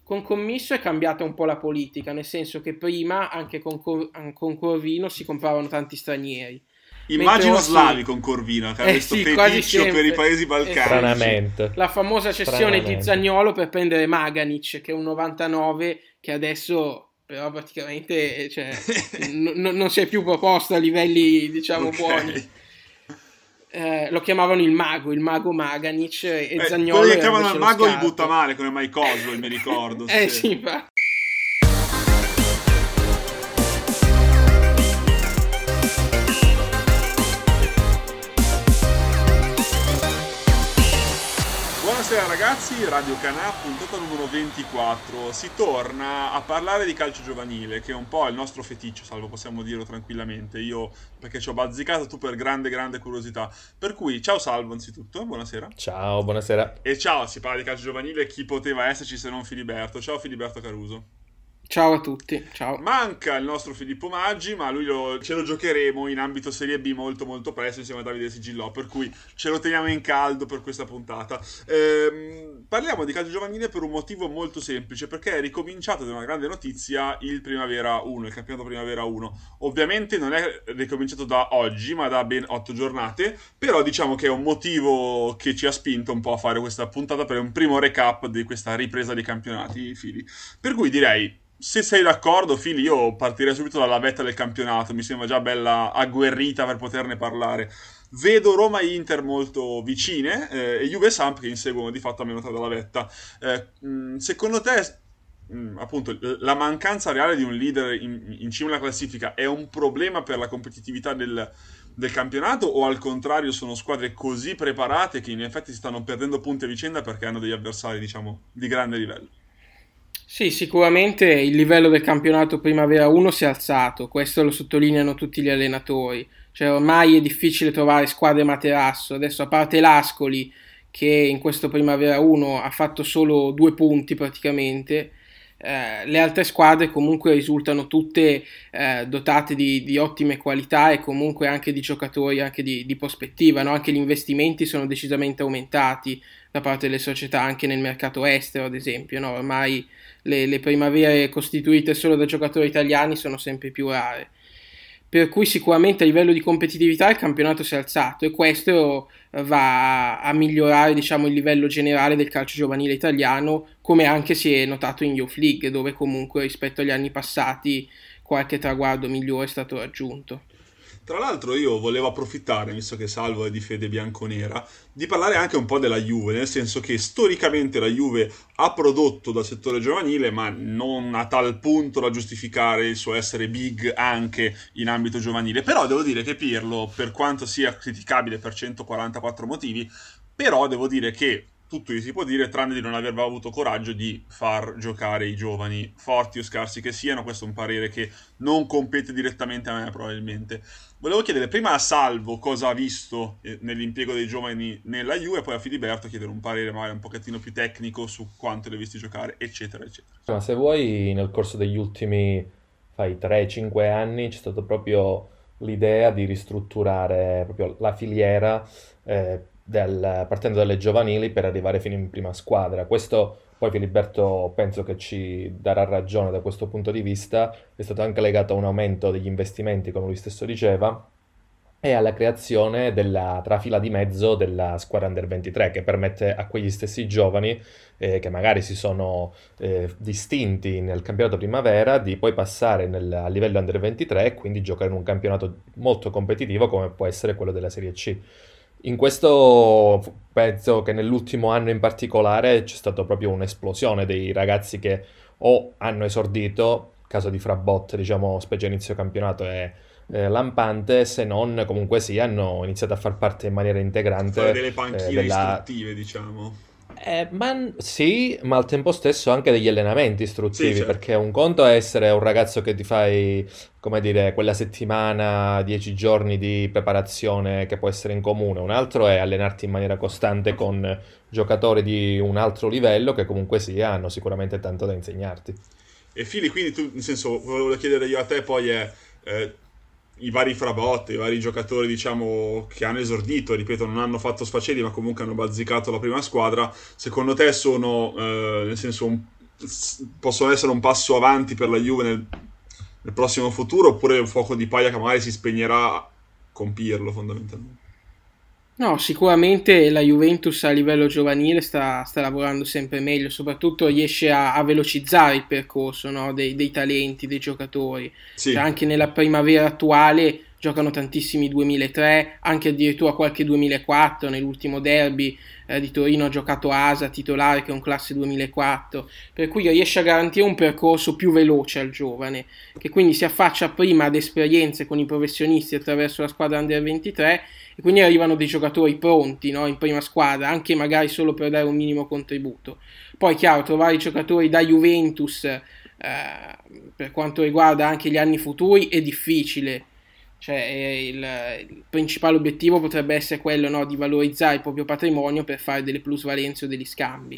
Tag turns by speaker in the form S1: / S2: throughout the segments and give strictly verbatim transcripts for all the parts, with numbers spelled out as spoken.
S1: con Commisso è cambiata un po' la politica, nel senso che prima anche con, Cor- con Corvino si compravano tanti stranieri.
S2: Immagino slavi si... con Corvino, che ha
S1: eh
S2: questo
S1: sì,
S2: feticcio per i paesi balcanici.
S3: Stranamente.
S1: La famosa cessione di Zaniolo per prendere Maganic, che è un novantanove, che adesso però praticamente cioè, n- n- non si è più proposto a livelli, diciamo, okay. buoni. Eh, lo chiamavano il mago, il mago Maganic, e
S2: eh,
S1: Zaniolo
S2: quelli che chiamano il mago
S1: gli
S2: butta male, come Mike Oswald, mi ricordo.
S1: eh sì, sì ma...
S2: Buonasera ragazzi, Radio Canà, puntata numero ventiquattro. Si torna a parlare di calcio giovanile, che è un po' il nostro feticcio, Salvo, possiamo dirlo tranquillamente. Io perché ci ho bazzicato, tu per grande grande curiosità. Per cui, ciao Salvo anzitutto, buonasera.
S3: Ciao, buonasera.
S2: E ciao, si parla di calcio giovanile, chi poteva esserci se non Filiberto. Ciao Filiberto Caruso.
S1: Ciao a tutti, ciao.
S2: Manca il nostro Filippo Maggi, ma lui lo, ce lo giocheremo in ambito Serie B molto molto presto insieme a Davide Sigillò, per cui ce lo teniamo in caldo per questa puntata. Ehm, parliamo di calcio giovanile per un motivo molto semplice, perché è ricominciato, ed è una grande notizia, il Primavera uno, il campionato Primavera uno. Ovviamente non è ricominciato da oggi, ma da ben otto giornate, però diciamo che è un motivo che ci ha spinto un po' a fare questa puntata per un primo recap di questa ripresa dei campionati, Fili. Per cui direi, se sei d'accordo, Fili, io partirei subito dalla vetta del campionato, mi sembra già bella agguerrita per poterne parlare. Vedo Roma e Inter molto vicine eh, e Juve e Samp che inseguono di fatto a meno tre dalla vetta. Eh, mh, secondo te, mh, appunto, la mancanza reale di un leader in, in cima alla classifica è un problema per la competitività del, del campionato, o al contrario sono squadre così preparate che in effetti si stanno perdendo punti a vicenda perché hanno degli avversari, diciamo, di grande livello?
S1: Sì, sicuramente il livello del campionato Primavera uno si è alzato, questo lo sottolineano tutti gli allenatori, cioè ormai è difficile trovare squadre materasso. Adesso, a parte l'Ascoli che in questo Primavera uno ha fatto solo due punti praticamente, eh, le altre squadre comunque risultano tutte eh, dotate di, di ottime qualità e comunque anche di giocatori anche di, di prospettiva, no? Anche gli investimenti sono decisamente aumentati da parte delle società anche nel mercato estero, ad esempio, no? Ormai le, le primavere costituite solo da giocatori italiani sono sempre più rare, per cui sicuramente a livello di competitività il campionato si è alzato e questo va a migliorare, diciamo, il livello generale del calcio giovanile italiano, come anche si è notato in Youth League, dove comunque rispetto agli anni passati qualche traguardo migliore è stato raggiunto.
S2: Tra l'altro io volevo approfittare, visto che Salvo è di fede bianconera, di parlare anche un po' della Juve, nel senso che storicamente la Juve ha prodotto dal settore giovanile, ma non a tal punto da giustificare il suo essere big anche in ambito giovanile. Però devo dire che Pirlo, per quanto sia criticabile per centoquarantaquattro motivi, però devo dire che tutto gli si può dire, tranne di non aver avuto coraggio di far giocare i giovani, forti o scarsi che siano. Questo è un parere che non compete direttamente a me, probabilmente. Volevo chiedere prima a Salvo cosa ha visto nell'impiego dei giovani nella Juve, e poi a Filiberto chiedere un parere magari un pochettino più tecnico su quanto li hai visti giocare, eccetera, eccetera.
S3: Ma se vuoi, nel corso degli ultimi fai tre cinque anni c'è stata proprio l'idea di ristrutturare proprio la filiera eh, Del, partendo dalle giovanili per arrivare fino in prima squadra. Questo poi Filiberto penso che ci darà ragione da questo punto di vista, è stato anche legato a un aumento degli investimenti, come lui stesso diceva, e alla creazione della trafila di mezzo della squadra under ventitré, che permette a quegli stessi giovani eh, che magari si sono eh, distinti nel campionato primavera di poi passare nel, a livello under ventitré e quindi giocare in un campionato molto competitivo come può essere quello della Serie C. In questo penso che nell'ultimo anno in particolare c'è stata proprio un'esplosione dei ragazzi che o hanno esordito, caso di Frabot, diciamo, specie inizio campionato è eh, lampante, se non comunque sì, hanno iniziato a far parte in maniera integrante
S2: fare delle panchine
S3: eh, della...
S2: istruttive, diciamo.
S3: Eh, ma sì, ma al tempo stesso anche degli allenamenti istruttivi,
S2: sì, certo.
S3: Perché un conto è essere un ragazzo che ti fai, come dire, quella settimana, dieci giorni di preparazione che può essere in comune, un altro è allenarti in maniera costante con giocatori di un altro livello che comunque sia hanno sicuramente tanto da insegnarti.
S2: E Fili, quindi tu, nel senso, volevo chiedere io a te poi è... Eh, i vari Frabot, i vari giocatori, diciamo, che hanno esordito, ripeto, non hanno fatto sfaceli ma comunque hanno bazzicato la prima squadra, secondo te sono eh, nel senso un, possono essere un passo avanti per la Juve nel, nel prossimo futuro, oppure un fuoco di paglia che magari si spegnerà con Pirlo fondamentalmente?
S1: No, sicuramente la Juventus a livello giovanile sta, sta lavorando sempre meglio, soprattutto riesce a, a velocizzare il percorso, no, dei, dei talenti, dei giocatori. Cioè,
S2: Sì,
S1: anche nella primavera attuale giocano tantissimi duemilatré, anche addirittura qualche duemilaquattro, nell'ultimo derby eh, di Torino ha giocato Asa titolare che è un classe duemilaquattro, per cui riesce a garantire un percorso più veloce al giovane, che quindi si affaccia prima ad esperienze con i professionisti attraverso la squadra Under ventitré, e quindi arrivano dei giocatori pronti, no, in prima squadra, anche magari solo per dare un minimo contributo. Poi chiaro, trovare i giocatori da Juventus eh, per quanto riguarda anche gli anni futuri è difficile. Cioè, il, il principale obiettivo potrebbe essere quello, no, di valorizzare il proprio patrimonio per fare delle plusvalenze o degli scambi.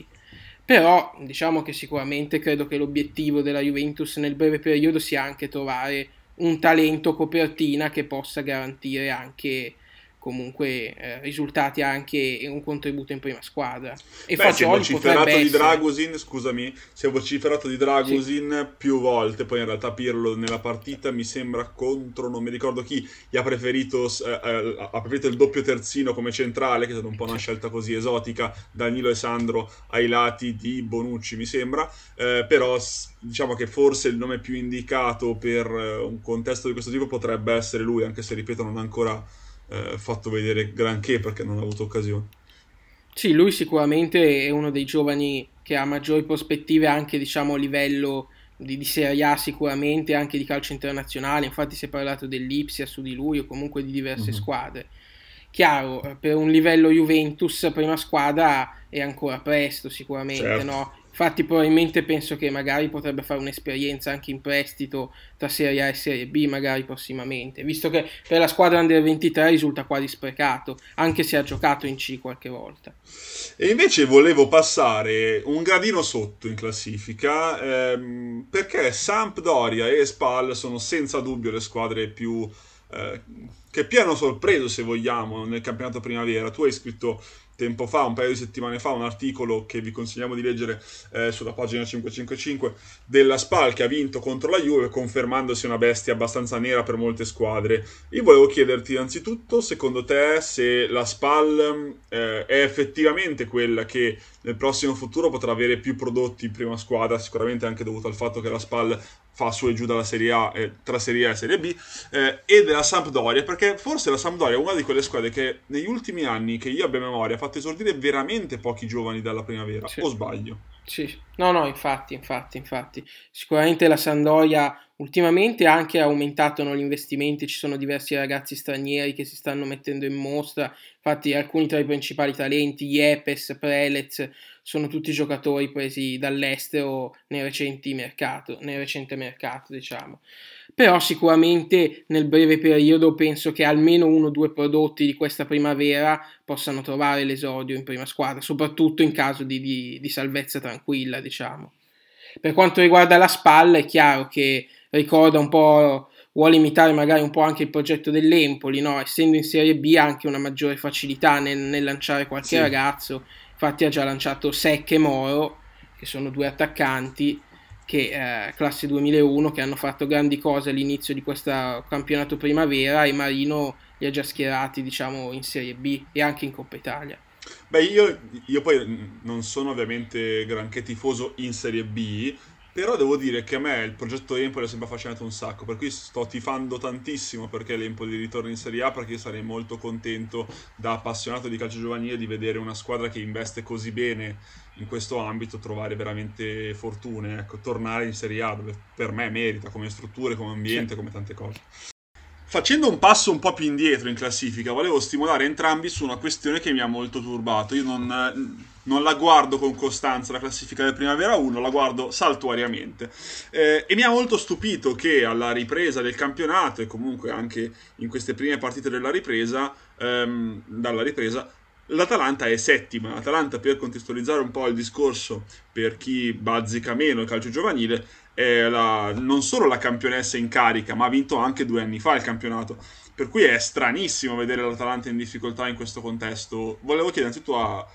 S1: Però diciamo che sicuramente credo che l'obiettivo della Juventus nel breve periodo sia anche trovare un talento copertina che possa garantire anche comunque eh, risultati anche e un contributo in prima squadra. E
S2: beh, si è
S1: Fagioli potrebbe
S2: vociferato di
S1: essere.
S2: Dragusin, scusami, si è vociferato di
S1: Sì,
S2: Dragusin più volte, poi in realtà Pirlo nella partita mi sembra contro, non mi ricordo chi, gli ha preferito, eh, eh, ha preferito il doppio terzino come centrale, che è stata un po' una
S1: sì.
S2: scelta così esotica, Danilo e Sandro ai lati di Bonucci mi sembra, eh, però s- diciamo che forse il nome più indicato per eh, un contesto di questo tipo potrebbe essere lui, anche se ripeto non ha ancora eh, fatto vedere granché perché non ha avuto occasione.
S1: Sì, lui sicuramente è uno dei giovani che ha maggiori prospettive anche diciamo a livello di, di Serie A sicuramente, anche di calcio internazionale, infatti si è parlato dell'Ipsia su di lui o comunque di diverse
S2: Mhm.
S1: squadre. Chiaro, eh, per un livello Juventus, prima squadra è ancora presto sicuramente,
S2: Certo.
S1: no? Infatti probabilmente penso che magari potrebbe fare un'esperienza anche in prestito tra Serie A e Serie B magari prossimamente, visto che per la squadra Under ventitré risulta quasi sprecato, anche se ha giocato in C qualche volta.
S2: E invece volevo passare un gradino sotto in classifica, ehm, perché Sampdoria e Spal sono senza dubbio le squadre più eh, che più hanno sorpreso, se vogliamo, nel campionato primavera. Tu hai scritto tempo fa, un paio di settimane fa, un articolo che vi consigliamo di leggere eh, sulla pagina cinquecentocinquantacinque della Spal, che ha vinto contro la Juve, confermandosi una bestia abbastanza nera per molte squadre. Io volevo chiederti innanzitutto, secondo te, se la Spal eh, è effettivamente quella che nel prossimo futuro potrà avere più prodotti in prima squadra, sicuramente anche dovuto al fatto che la Spal fa su e giù dalla Serie A, eh, tra Serie A e Serie B, eh, e della Sampdoria, perché forse la Sampdoria è una di quelle squadre che negli ultimi anni, che io abbia memoria, ha fatto esordire veramente pochi giovani dalla primavera,
S1: Sì.
S2: o sbaglio?
S1: Sì, no, no, infatti, infatti, infatti. Sicuramente la Sampdoria ultimamente ha anche aumentato, no, gli investimenti, ci sono diversi ragazzi stranieri che si stanno mettendo in mostra, infatti alcuni tra i principali talenti, Yepes, Prelez, sono tutti giocatori presi dall'estero nei recenti mercato, nel recente mercato, diciamo. Però sicuramente nel breve periodo penso che almeno uno o due prodotti di questa primavera possano trovare l'esordio in prima squadra, soprattutto in caso di, di, di salvezza tranquilla, diciamo. Per quanto riguarda la spalla, è chiaro che ricorda un po', vuole imitare magari un po' anche il progetto dell'Empoli, no? Essendo in Serie B ha anche una maggiore facilità nel, nel lanciare qualche
S2: Sì.
S1: ragazzo, infatti ha già lanciato Sec e Moro, che sono due attaccanti, che eh, classe duemilauno, che hanno fatto grandi cose all'inizio di questo campionato primavera, e Marino li ha già schierati, diciamo, in Serie B e anche in Coppa Italia.
S2: Beh, io, io poi non sono ovviamente granché tifoso in Serie B, però devo dire che a me il progetto Empoli ha sempre affascinato un sacco, per cui sto tifando tantissimo perché l'Empoli ritorni in Serie A, perché io sarei molto contento da appassionato di calcio giovanile di vedere una squadra che investe così bene in questo ambito trovare veramente fortune, ecco, tornare in Serie A dove per me merita come strutture, come
S1: Sì.
S2: ambiente, come tante cose. Facendo un passo un po' più indietro in classifica, volevo stimolare entrambi su una questione che mi ha molto turbato. Io non, non la guardo con costanza la classifica del Primavera uno, la guardo saltuariamente. Eh, e mi ha molto stupito che alla ripresa del campionato e comunque anche in queste prime partite della ripresa, ehm, dalla ripresa, l'Atalanta è settima. L'Atalanta, per contestualizzare un po' il discorso per chi bazzica meno il calcio giovanile, è la, non solo la campionessa in carica, ma ha vinto anche due anni fa il campionato. Per cui è stranissimo vedere l'Atalanta in difficoltà in questo contesto. Volevo chiedere innanzitutto a,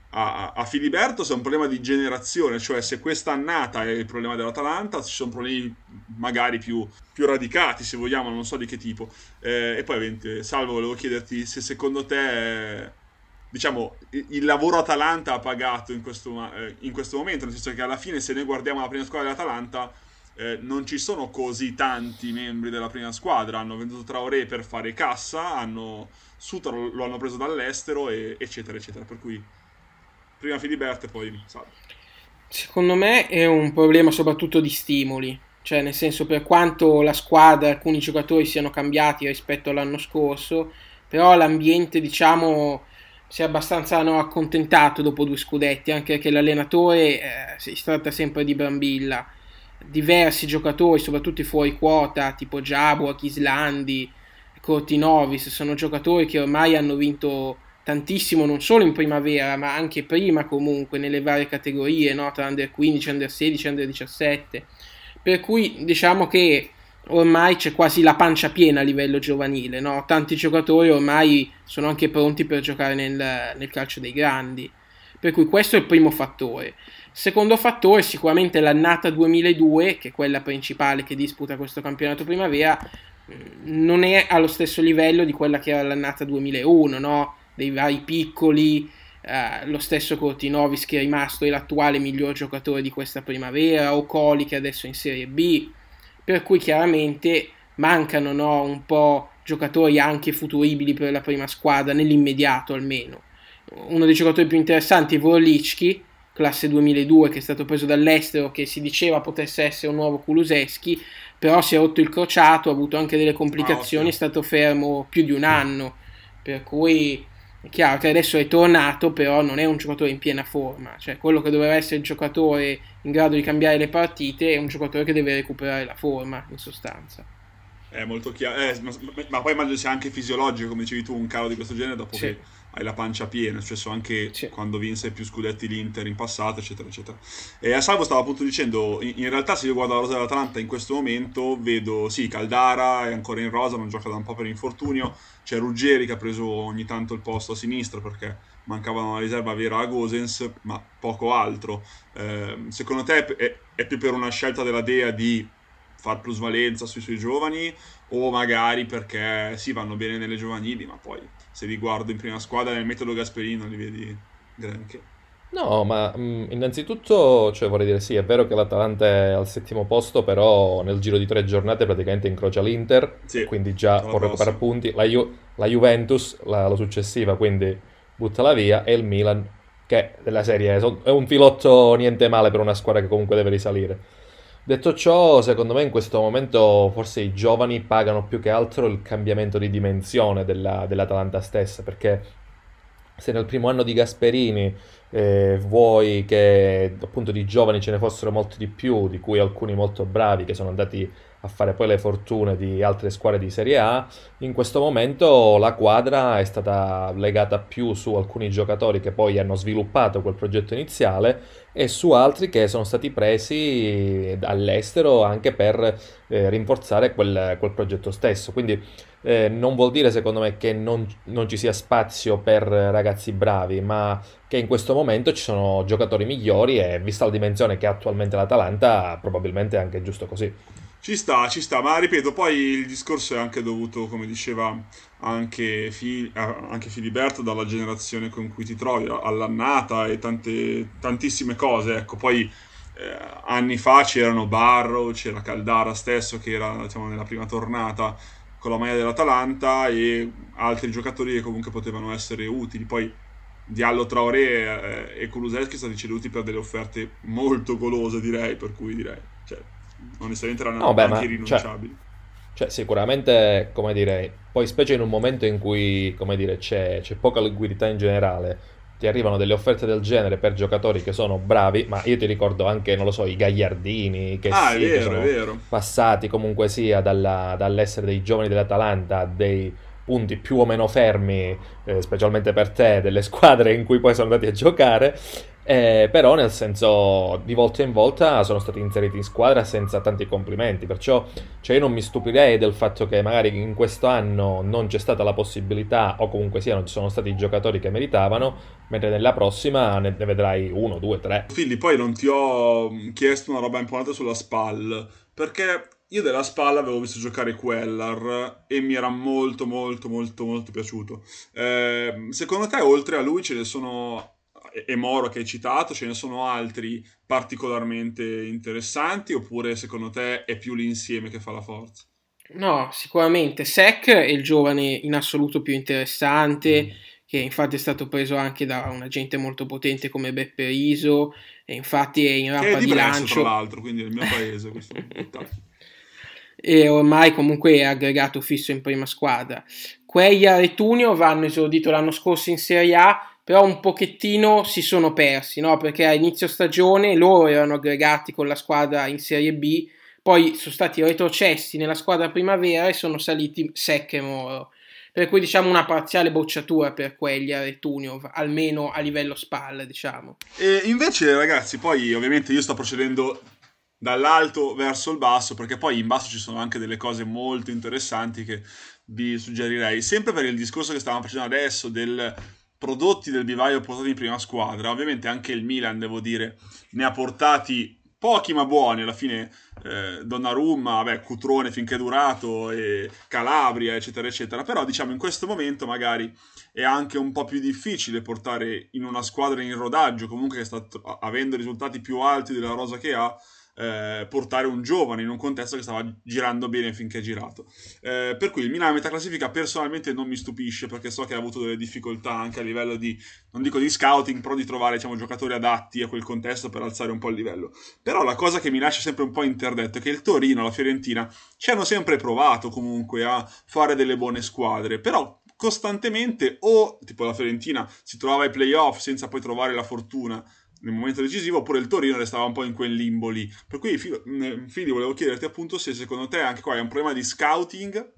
S2: a, a Filiberto se è un problema di generazione, cioè se questa annata è il problema dell'Atalanta, ci sono problemi magari più, più radicati, se vogliamo, non so di che tipo. Eh, e poi, ovviamente, Salvo, volevo chiederti se secondo te, eh, diciamo, il, il lavoro Atalanta ha pagato in questo, eh, in questo momento, nel senso che alla fine, se noi guardiamo la prima squadra dell'Atalanta, eh, non ci sono così tanti membri della prima squadra, hanno venduto Traoré per fare cassa, hanno Suter lo hanno preso dall'estero, e, eccetera, eccetera, per cui prima Filiberto e poi Salvo.
S1: Secondo me è un problema soprattutto di stimoli, cioè nel senso, per quanto la squadra, alcuni giocatori siano cambiati rispetto all'anno scorso, però l'ambiente, diciamo, si è abbastanza, no, accontentato dopo due scudetti, anche perché l'allenatore, eh, si tratta sempre di Brambilla. Diversi giocatori, soprattutto fuori quota, tipo Jabuak, Islandi, Cortinovis, sono giocatori che ormai hanno vinto tantissimo, non solo in primavera ma anche prima, comunque nelle varie categorie, no? Tra under quindici, under sedici, under diciassette, per cui diciamo che ormai c'è quasi la pancia piena a livello giovanile, no? Tanti giocatori ormai sono anche pronti per giocare nel, nel calcio dei grandi, per cui questo è il primo fattore. Secondo fattore, sicuramente l'annata duemiladue, che è quella principale che disputa questo campionato primavera, non è allo stesso livello di quella che era l'annata duemilauno, no? Dei vari piccoli, eh, lo stesso Cortinovis che è rimasto, è l'attuale miglior giocatore di questa primavera, o Coli che adesso è in Serie B, per cui chiaramente mancano, no, un po' giocatori anche futuribili per la prima squadra, nell'immediato almeno. Uno dei giocatori più interessanti è Vorlicki, classe duemiladue, che è stato preso dall'estero, che si diceva potesse essere un nuovo Kulusevski, però si è rotto il crociato, ha avuto anche delle complicazioni, è stato fermo più di un anno, per cui è chiaro che adesso è tornato, però non è un giocatore in piena forma, cioè quello che doveva essere il giocatore in grado di cambiare le partite è un giocatore che deve recuperare la forma, in sostanza.
S2: È molto chiaro, eh, ma, ma poi immagino sia anche fisiologico, come dicevi tu, un calo di questo genere dopo, sì, che hai la pancia piena, è successo anche, sì, quando vinse più scudetti l'Inter in passato, eccetera, eccetera. E a Salvo stavo appunto dicendo, in, in realtà se io guardo la rosa dell'Atalanta in questo momento, vedo, sì, Caldara è ancora in rosa, non gioca da un po' per infortunio, c'è Ruggeri che ha preso ogni tanto il posto a sinistra perché mancava una riserva vera a Gosens, ma poco altro. Eh, secondo te è, è più per una scelta della Dea di far plusvalenza sui suoi giovani, o magari perché sì, vanno bene nelle giovanili, ma poi se li guardo in prima squadra nel metodo Gasperini non li vedi granché?
S3: No, ma mh, innanzitutto, cioè, vorrei dire sì, è vero che l'Atalanta è al settimo posto, però nel giro di tre giornate praticamente incrocia l'Inter,
S2: Sì,
S3: quindi già può recuperare punti, la, Ju- la Juventus, la, la successiva, quindi buttala via, e il Milan, che della serie è è un filotto niente male per una squadra che comunque deve risalire. Detto ciò, secondo me in questo momento forse i giovani pagano più che altro il cambiamento di dimensione della- dell'Atalanta stessa, perché se nel primo anno di Gasperini eh, vuoi che appunto di giovani ce ne fossero molti di più, di cui alcuni molto bravi che sono andati a fare poi le fortune di altre squadre di Serie A, in questo momento la quadra è stata legata più su alcuni giocatori che poi hanno sviluppato quel progetto iniziale e su altri che sono stati presi all'estero anche per eh, rinforzare quel, quel progetto stesso. Quindi eh, non vuol dire secondo me che non, non ci sia spazio per ragazzi bravi, ma che in questo momento ci sono giocatori migliori e vista la dimensione che ha attualmente l'Atalanta, probabilmente è anche giusto così.
S2: Ci sta, ci sta, ma ripeto, poi il discorso è anche dovuto, come diceva anche, Fi- eh, anche Filiberto, dalla generazione con cui ti trovi, all'annata e tante, tantissime cose. Ecco, poi eh, anni fa c'erano Barro, c'era Caldara stesso che era, diciamo, nella prima tornata con la maglia dell'Atalanta, e altri giocatori che comunque potevano essere utili. Poi Diallo, Traoré eh, e Kulusevski sono stati ceduti per delle offerte molto golose, direi, per cui direi, cioè, onestamente erano
S3: No, beh,
S2: anche
S3: ma cioè,
S2: irrinunciabili.
S3: cioè, sicuramente, come dire, poi specie in un momento in cui, come dire, c'è, c'è poca liquidità in generale, ti arrivano delle offerte del genere per giocatori che sono bravi, ma io ti ricordo anche, non lo so, i Gagliardini, che
S2: Ah, è
S3: sì, che
S2: vero, è
S3: sono
S2: vero.
S3: passati comunque sia dalla- dall'essere dei giovani dell'Atalanta a dei punti più o meno fermi, eh, specialmente per te, delle squadre in cui poi sono andati a giocare. Eh, però nel senso di volta in volta sono stati inseriti in squadra senza tanti complimenti, perciò cioè io non mi stupirei del fatto che magari in questo anno non c'è stata la possibilità o comunque sia non ci sono stati i giocatori che meritavano, mentre nella prossima ne, ne vedrai uno, due, tre.
S2: Figli, poi non ti ho chiesto una roba importante sulla SPAL, perché io della SPAL avevo visto giocare Quellar e mi era molto molto molto molto piaciuto. Eh, secondo te oltre a lui ce ne sono, e Moro che hai citato, ce ne sono altri particolarmente interessanti, oppure secondo te è più l'insieme che fa la forza?
S1: No, sicuramente Sec è il giovane in assoluto più interessante,
S3: Mm.
S1: che infatti è stato preso anche da un agente molto potente come Beppe Riso, e infatti è in
S2: Che è
S1: rampa
S2: di
S1: di
S2: Brescia, tra
S1: lancio.
S2: l'altro, quindi nel mio paese. Questo dettaglio.
S1: E ormai comunque è aggregato fisso in prima squadra. Cuellar e Tunio vanno esordito l'anno scorso in Serie A, però un pochettino si sono persi, no? Perché a inizio stagione loro erano aggregati con la squadra in Serie B, poi sono stati retrocessi nella squadra primavera e sono saliti Sec e Moro. Per cui diciamo una parziale bocciatura per Cuellar e Tunio, almeno a livello SPAL, diciamo.
S2: E invece, ragazzi, poi ovviamente io sto procedendo dall'alto verso il basso, perché poi in basso ci sono anche delle cose molto interessanti che vi suggerirei. Sempre per il discorso che stavamo facendo adesso del prodotti del vivaio portati in prima squadra, ovviamente anche il Milan, devo dire, ne ha portati pochi ma buoni. Alla fine eh, Donnarumma, vabbè, Cutrone finché è durato, e Calabria, eccetera, eccetera. Però diciamo in questo momento magari è anche un po' più difficile portare in una squadra in rodaggio, comunque che sta t- avendo risultati più alti della rosa che ha, eh, portare un giovane in un contesto che stava girando bene finché è girato. Eh, per cui il Milan a metà classifica personalmente non mi stupisce, perché so che ha avuto delle difficoltà anche a livello di, non dico di scouting, però di trovare, diciamo, giocatori adatti a quel contesto per alzare un po' il livello. Però la cosa che mi lascia sempre un po' interdetto è che il Torino, la Fiorentina ci hanno sempre provato comunque a fare delle buone squadre, però costantemente o tipo la Fiorentina si trovava ai playoff senza poi trovare la fortuna nel momento decisivo, oppure il Torino restava un po' in quel limbo lì. Per cui Fili, volevo chiederti appunto se secondo te anche qua è un problema di scouting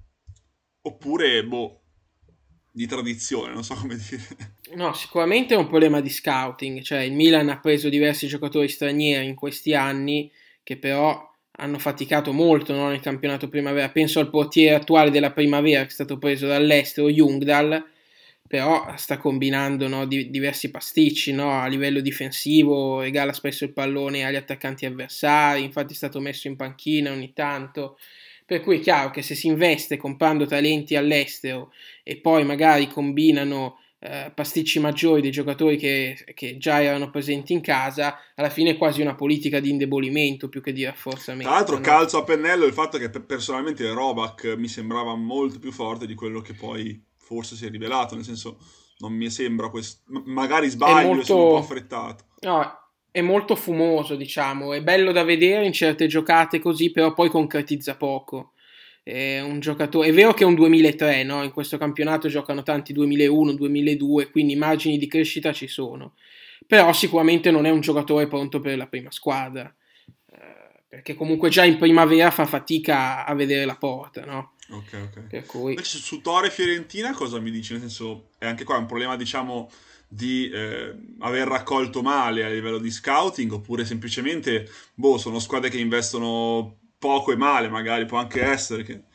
S2: oppure boh, di tradizione, non so come dire.
S1: No, sicuramente è un problema di scouting, cioè il Milan ha preso diversi giocatori stranieri in questi anni che però hanno faticato molto, no, nel campionato primavera. Penso al portiere attuale della primavera che è stato preso dall'estero, Jungdal, però sta combinando, no, di, diversi pasticci, no, a livello difensivo, regala spesso il pallone agli attaccanti avversari, infatti è stato messo in panchina ogni tanto. Per cui è chiaro che se si investe comprando talenti all'estero e poi magari combinano eh, pasticci maggiori dei giocatori che, che già erano presenti in casa, alla fine è quasi una politica di indebolimento più che di rafforzamento.
S2: Tra l'altro
S1: No?
S2: calzo a pennello il fatto che personalmente Robac mi sembrava molto più forte di quello che poi forse si è rivelato, nel senso non mi sembra questo, magari sbaglio
S1: molto...
S2: e sono un po' affrettato.
S1: No, è molto fumoso, diciamo, è bello da vedere in certe giocate così, però poi concretizza poco. È un giocatore, è vero che è un duemilatré, no? In questo campionato giocano tanti duemilauno, duemiladue, quindi margini di crescita ci sono, però sicuramente non è un giocatore pronto per la prima squadra, eh, perché comunque già in primavera fa fatica a vedere la porta, no?
S2: Ok, ok.
S1: Per cui...
S2: Invece su Tore e Fiorentina cosa mi dici? Nel senso, è anche qua un problema, diciamo, di eh, aver raccolto male a livello di scouting, oppure semplicemente, boh, sono squadre che investono poco e male, magari può anche essere che...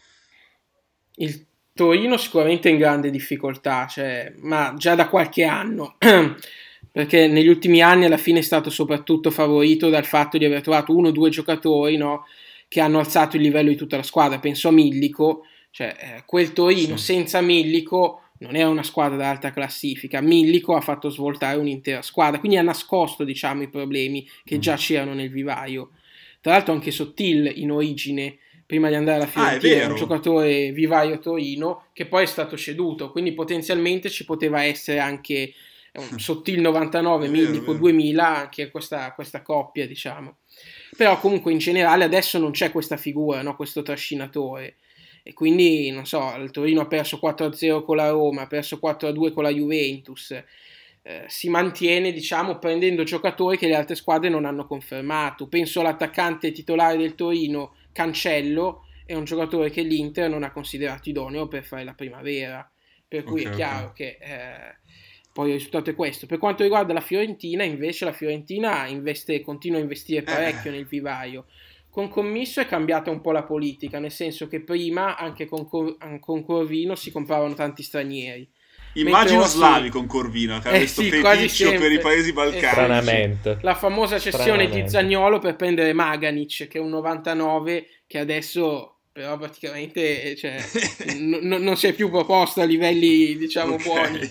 S1: Il Torino sicuramente è in grande difficoltà, cioè, ma già da qualche anno, perché negli ultimi anni alla fine è stato soprattutto favorito dal fatto di aver trovato uno o due giocatori, no, che hanno alzato il livello di tutta la squadra. Penso a Millico, cioè eh, quel Torino
S2: Sì.
S1: senza Millico non è una squadra d'alta classifica. Millico ha fatto svoltare un'intera squadra, quindi ha nascosto, diciamo, i problemi che
S2: Mm.
S1: già c'erano nel vivaio. Tra l'altro anche Sottil in origine, prima di andare alla
S2: Ah, è
S1: Fiorentina, era un
S2: vero.
S1: giocatore vivaio Torino che poi è stato ceduto, quindi potenzialmente ci poteva essere anche un Sottil novantanove,
S2: È vero, è
S1: Millico
S2: vero.
S1: duemila, anche questa, questa coppia, diciamo. Però comunque in generale adesso non c'è questa figura, no? Questo trascinatore, e quindi non so, il Torino ha perso quattro a zero con la Roma, ha perso quattro a due con la Juventus, eh, si mantiene, diciamo, prendendo giocatori che le altre squadre non hanno confermato. Penso all'attaccante titolare del Torino, Cancello, è un giocatore che l'Inter non ha considerato idoneo per fare la primavera, per cui
S2: Ok,
S1: è
S2: ok.
S1: chiaro che eh, poi il risultato è questo. Per quanto riguarda la Fiorentina, invece, la Fiorentina investe, continua a investire parecchio nel vivaio. Con Commisso è cambiata un po' la politica, nel senso che prima anche con, Cor- con Corvino si compravano tanti stranieri.
S2: Immagino
S1: Mentre
S2: slavi
S1: oggi-
S2: con Corvino, che ha
S1: Eh
S2: questo
S1: sì, quasi
S2: feticcio per
S1: sempre.
S2: i paesi
S1: Eh,
S2: balcanici.
S3: Stranamente.
S1: La famosa cessione
S3: Stranamente.
S1: di Zaniolo per prendere Maganic, che è un novantanove, che adesso però praticamente cioè, n- n- non si è più proposto a livelli, diciamo,
S2: Ok.
S1: buoni.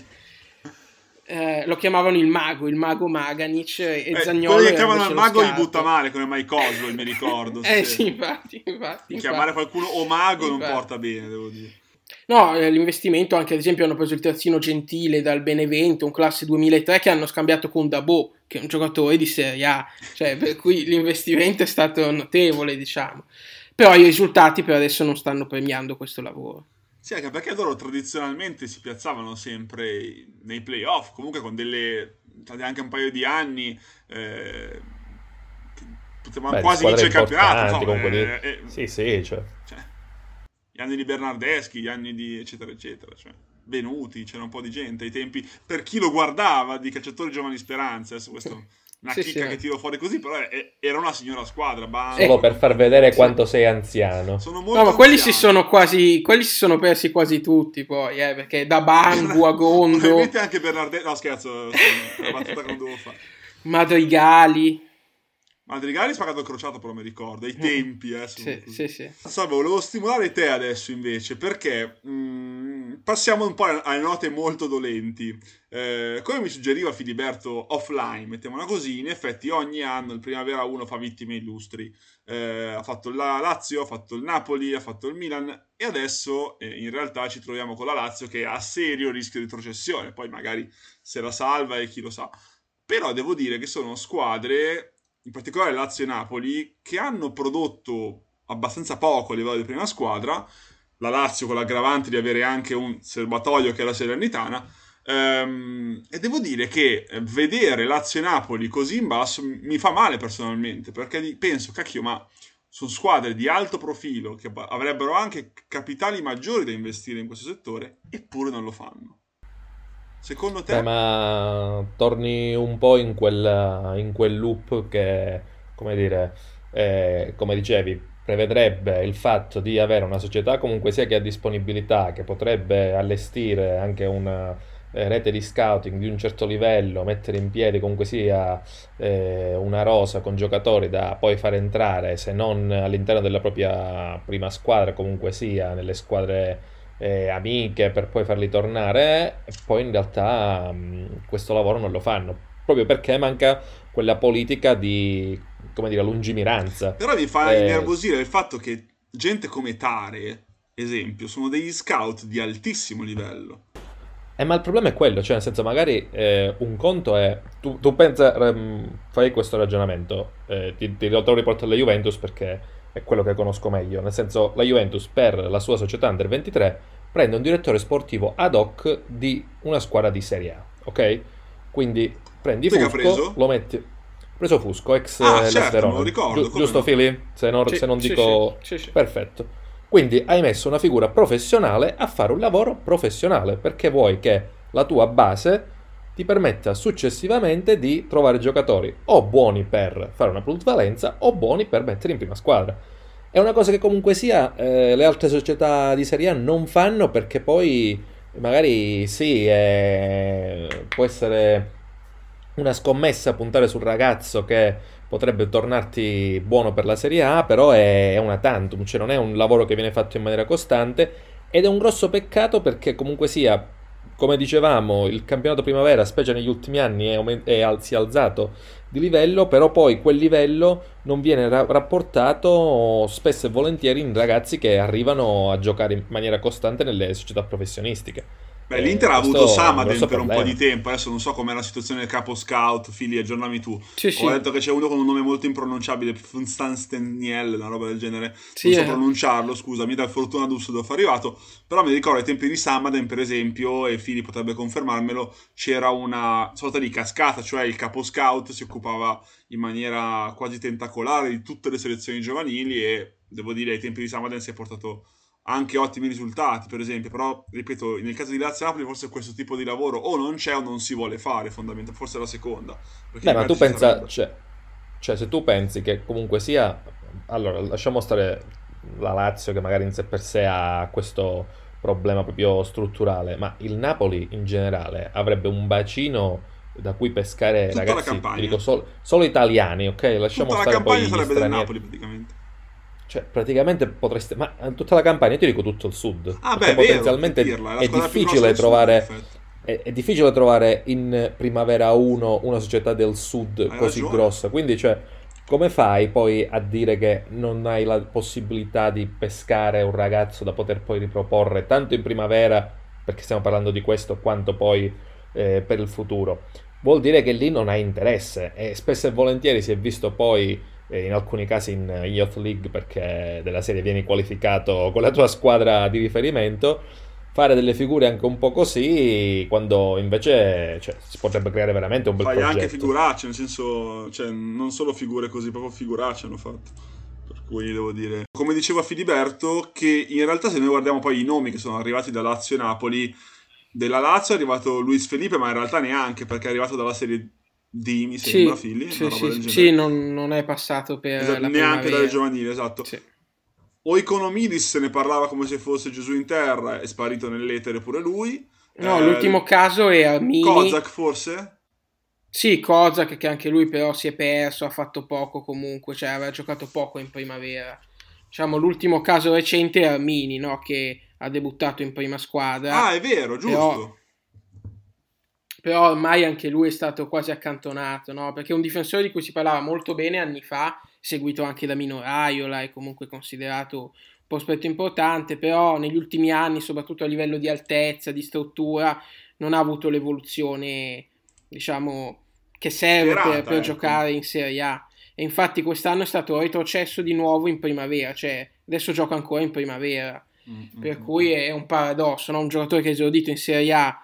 S1: Eh, lo chiamavano il mago, il mago Maganic, e
S2: Eh,
S1: Zaniolo
S2: quelli che
S1: era
S2: chiamano
S1: invece
S2: il
S1: lo
S2: mago li
S1: scarto.
S2: butta male, come Mike Oswald, mi ricordo.
S1: Eh
S2: sì.
S1: sì, infatti, infatti,
S2: Chiamare
S1: infatti.
S2: qualcuno o mago non
S1: Infatti.
S2: porta bene, devo dire.
S1: No, eh, l'investimento anche ad esempio hanno preso il terzino Gentile dal Benevento, un classe duemilatré che hanno scambiato con Dabò, che è un giocatore di Serie A, cioè per cui l'investimento è stato notevole, diciamo. Però i risultati per adesso non stanno premiando questo lavoro.
S2: Sì, anche perché loro tradizionalmente si piazzavano sempre nei playoff, comunque con delle, anche un paio di anni, eh, che potevano
S3: Beh, di
S2: quasi
S3: squadre
S2: vincere il campionato.
S3: importanti,
S2: No?
S3: comunque
S2: Eh,
S3: di...
S2: eh,
S3: Sì, sì, cioè.
S2: cioè, gli anni di Bernardeschi, gli anni di eccetera eccetera, cioè, Benuti, c'era un po' di gente ai tempi, per chi lo guardava, di calciatori giovani speranze, adesso questo è una
S1: Sì,
S2: chicca
S1: sì.
S2: che tiro fuori così, però è- era una signora squadra, Banco,
S3: Solo per far vedere
S1: Sì.
S3: quanto sei anziano.
S2: sono molto
S1: No, ma quelli si
S2: anziani.
S1: sono quasi, quelli si sono persi quasi tutti poi, eh, perché da Bangu a Gondo,
S2: Probabilmente anche Bernardeschi, no scherzo, è una battuta che non devo fare.
S1: Madrigali.
S2: Madrigali spagato il crociato, però mi ricordo, ai tempi, eh, sono
S1: Sì,
S2: così.
S1: sì, sì.
S2: Salvo, volevo stimolare te adesso invece, perché mh, passiamo un po' alle note molto dolenti. Eh, come mi suggeriva Filiberto offline, mettiamola così, in effetti ogni anno il Primavera uno fa vittime illustri. Eh, ha fatto la Lazio, ha fatto il Napoli, ha fatto il Milan e adesso eh, in realtà ci troviamo con la Lazio che ha serio rischio di retrocessione, poi magari se la salva e chi lo sa. Però devo dire che sono squadre, in particolare Lazio e Napoli, che hanno prodotto abbastanza poco a livello di prima squadra. La Lazio con l'aggravante di avere anche un serbatoio che è la Salernitana. Ehm, e devo dire che vedere Lazio e Napoli così in basso mi fa male personalmente, perché di- penso, cacchio, ma sono squadre di alto profilo che avrebbero anche capitali maggiori da investire in questo settore, eppure non lo fanno. Secondo te?
S3: Beh, ma torni un po' in quel, in quel loop che, come dire, eh, come dicevi, prevedrebbe il fatto di avere una società comunque sia che ha disponibilità, che potrebbe allestire anche una eh, rete di scouting di un certo livello, mettere in piedi comunque sia eh, una rosa con giocatori da poi far entrare, se non all'interno della propria prima squadra, comunque sia nelle squadre eh, amiche per poi farli tornare e poi in realtà mh, questo lavoro non lo fanno proprio perché manca quella politica di, come dire, lungimiranza.
S2: Però mi fa
S3: Eh,
S2: innervosire il fatto che gente come Tare, esempio, sono degli scout di altissimo livello.
S3: eh, ma il problema è quello, cioè nel senso magari eh, un conto è tu, tu pensa, ehm, fai questo ragionamento, eh, ti, ti lo riporto alla Juventus perché è quello che conosco meglio, nel senso la Juventus per la sua società Under ventitré prende un direttore sportivo ad hoc di una squadra di Serie A, ok? Quindi prendi
S2: Chi che ha
S3: Fusco,
S2: preso?
S3: lo metti... ho preso Fusco, ex
S2: Ah,
S3: eh,
S2: certo,
S3: Las
S2: me lo
S3: Verona.
S2: ricordo,
S3: Giu-
S2: come
S3: giusto
S2: no?
S3: Fili? Se non,
S1: Sì,
S3: se non
S1: sì,
S3: dico...
S1: sì, sì, sì.
S3: Perfetto. Quindi hai messo una figura professionale a fare un lavoro professionale perché vuoi che la tua base ti permetta successivamente di trovare giocatori o buoni per fare una plusvalenza o buoni per mettere in prima squadra. È una cosa che comunque sia eh, le altre società di Serie A non fanno perché poi magari sì, eh, può essere una scommessa puntare sul ragazzo che potrebbe tornarti buono per la Serie A, però è, è una tantum, cioè non è un lavoro che viene fatto in maniera costante ed è un grosso peccato perché comunque sia, come dicevamo, il campionato primavera, specie negli ultimi anni, è, aument- è al- si è alzato di livello, però poi quel livello non viene ra- rapportato spesso e volentieri in ragazzi che arrivano a giocare in maniera costante nelle società professionistiche.
S2: Beh,
S3: Eh,
S2: l'Inter ha avuto
S3: questo è un
S2: Samaden
S3: grosso
S2: per un po' di
S3: problema.
S2: tempo, adesso non so com'è la situazione del capo scout, Fili, aggiornami tu.
S1: Sì,
S2: Ho
S1: sì,
S2: letto che c'è uno con un nome molto impronunciabile, Funstansteniel, una roba del genere, non
S1: sì,
S2: so
S1: eh.
S2: pronunciarlo, scusami, da fortuna Düsseldorf è arrivato, però mi ricordo ai tempi di Samaden, per esempio, e Fili potrebbe confermarmelo, c'era una sorta di cascata, cioè il capo scout si occupava in maniera quasi tentacolare di tutte le selezioni giovanili e devo dire ai tempi di Samaden si è portato anche ottimi risultati, per esempio, però, ripeto, nel caso di Lazio-Napoli forse questo tipo di lavoro o non c'è o non si vuole fare, fondamentalmente, forse è la seconda.
S3: Beh, ma tu pensa, cioè, cioè, se tu pensi che comunque sia, allora, lasciamo stare la Lazio che magari in sé per sé ha questo problema proprio strutturale, ma il Napoli in generale avrebbe un bacino da cui pescare,
S2: tutta
S3: ragazzi, ti dico sol- solo italiani, ok? Lasciamo
S2: tutta
S3: stare
S2: la campagna
S3: poi gli
S2: sarebbe
S3: stranieri.
S2: del Napoli praticamente.
S3: Cioè, praticamente potreste... Ma tutta la campagna, io ti dico tutto il sud.
S2: Ah,
S3: perché
S2: beh, è
S3: potenzialmente
S2: vero, dirla, è, la
S3: è
S2: squadra più
S3: difficile
S2: grossa del
S3: trovare...
S2: sud, in effetti.
S3: È, è difficile trovare in Primavera uno una società del sud
S2: Hai
S3: così
S2: ragione.
S3: grossa. Quindi, cioè, come fai poi a dire che non hai la possibilità di pescare un ragazzo da poter poi riproporre tanto in primavera, perché stiamo parlando di questo, quanto poi eh, per il futuro? Vuol dire che lì non hai interesse e spesso e volentieri si è visto poi eh, in alcuni casi in Youth League, perché della serie vieni qualificato con la tua squadra di riferimento, fare delle figure anche un po' così, quando invece cioè, si potrebbe creare veramente un bel
S2: Fai
S3: progetto.
S2: anche figuracce, nel senso, cioè, non solo figure così, proprio figuracce hanno fatto. Per cui devo dire, come diceva Filiberto, che in realtà se noi guardiamo poi i nomi che sono arrivati da Lazio e Napoli, della Lazio è arrivato Luis Felipe, ma in realtà neanche, perché è arrivato dalla Serie D, mi sembra,
S1: Sì,
S2: Fili,
S1: sì,
S2: una roba
S1: sì,
S2: del
S1: sì,
S2: genere.
S1: non, non è passato per
S2: Esatto,
S1: la
S2: neanche dalle
S1: primavera.
S2: giovanili, esatto.
S1: Sì.
S2: Oikonomidis se ne parlava come se fosse Gesù in terra, è sparito nell'etere pure lui.
S1: No,
S2: Eh,
S1: l'ultimo caso è Armini.
S2: Kozak forse?
S1: Sì, Kozak, che anche lui però si è perso, ha fatto poco comunque, cioè aveva giocato poco in primavera. Diciamo, l'ultimo caso recente è Armini, no? Che ha debuttato in prima squadra.
S2: Ah, è vero, giusto.
S1: Però, però ormai anche lui è stato quasi accantonato, no? Perché è un difensore di cui si parlava molto bene anni fa, seguito anche da Mino Raiola e comunque considerato un prospetto importante, però negli ultimi anni, soprattutto a livello di altezza, di struttura, non ha avuto l'evoluzione, diciamo, che serve
S2: Sperata,
S1: per, per
S2: ecco.
S1: giocare in Serie A. E infatti quest'anno è stato retrocesso di nuovo in primavera, cioè adesso gioca ancora in primavera,
S2: Mm,
S1: per
S2: mm,
S1: cui è un paradosso, no? Un giocatore che è esordito in Serie A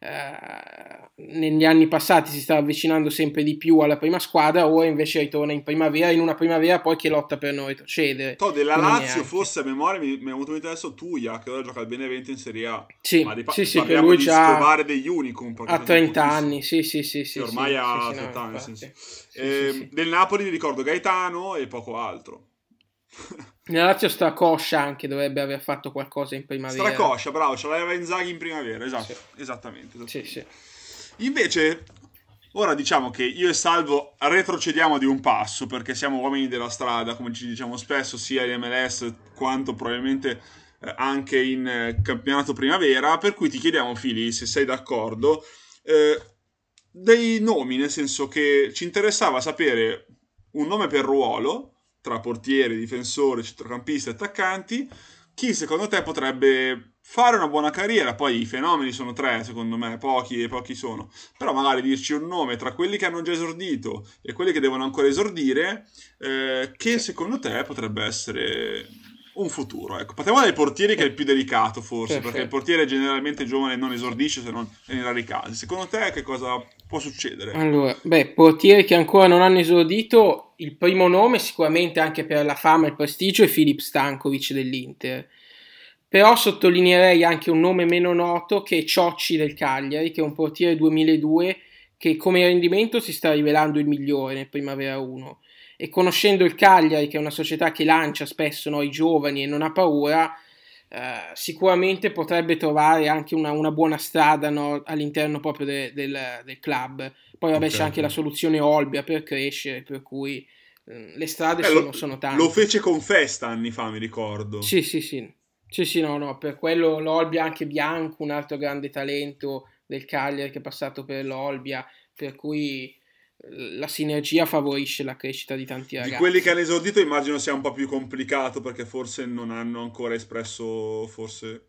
S1: eh, negli anni passati si sta avvicinando sempre di più alla prima squadra, ora invece ritorna in primavera, in una primavera poi che lotta per non retrocedere.
S2: To, della
S1: Quindi
S2: Lazio
S1: neanche.
S2: forse a memoria mi, mi è venuto in mente adesso Tuia, che ora gioca al Benevento in Serie A.
S1: Sì,
S2: Ma di pa-
S1: sì, sì, che
S2: parliamo
S1: lui
S2: di
S1: già
S2: scovare degli unicum. perché
S1: ha
S2: sono
S1: trenta
S2: pochissimi.
S1: anni, sì, sì, sì,
S2: Sì,
S1: sì,
S2: ormai
S1: sì,
S2: ha
S1: sì, sì, no,
S2: trenta anni, nel
S1: infatti.
S2: senso.
S1: Sì,
S2: Eh,
S1: sì, sì.
S2: Del Napoli vi ricordo Gaetano e poco altro.
S1: Nella Lazio sta Coscia anche, dovrebbe aver fatto qualcosa in primavera.
S2: Stracoscia, bravo, ce l'aveva Inzaghi in primavera, esatto,
S1: Sì.
S2: esattamente,
S1: Sì,
S2: esattamente.
S1: sì.
S2: Invece, ora diciamo che io e Salvo retrocediamo di un passo, perché siamo uomini della strada, come ci diciamo spesso, sia in M L S quanto probabilmente eh, anche in eh, campionato primavera, per cui ti chiediamo, Fili, se sei d'accordo, eh, dei nomi, nel senso che ci interessava sapere un nome per ruolo, tra portieri, difensori, centrocampisti e attaccanti, chi secondo te potrebbe fare una buona carriera. Poi i fenomeni sono tre, secondo me, pochi e pochi sono, però magari dirci un nome tra quelli che hanno già esordito e quelli che devono ancora esordire, eh, che secondo te potrebbe essere un futuro. Ecco, partiamo dai portieri, che è il più delicato forse,
S1: Perfetto.
S2: perché il portiere generalmente giovane non esordisce se non in rari casi. Secondo te che cosa può succedere?
S1: Allora, beh, portieri che ancora non hanno esordito, il primo nome sicuramente anche per la fama e il prestigio è Filip Stankovic dell'Inter. Però sottolineerei anche un nome meno noto che è Ciocci del Cagliari, che è un portiere duemiladue che come rendimento si sta rivelando il migliore nel Primavera uno. E conoscendo il Cagliari, che è una società che lancia spesso no, i giovani e non ha paura, eh, sicuramente potrebbe trovare anche una, una buona strada no, all'interno proprio de, del, del club. Poi vabbè
S3: Ok,
S1: c'è anche
S3: ok.
S1: la soluzione Olbia per crescere, per cui eh, le strade
S2: Eh,
S1: sono,
S2: lo,
S1: sono tante.
S2: lo fece con Festa anni fa, mi ricordo.
S1: Sì, sì, sì. Sì, sì, no, no, per quello l'Olbia, anche Bianco, un altro grande talento del Cagliari che è passato per l'Olbia, per cui la sinergia favorisce la crescita di tanti
S2: Di
S1: ragazzi.
S2: quelli che hanno esordito immagino sia un po' più complicato, perché forse non hanno ancora espresso, forse,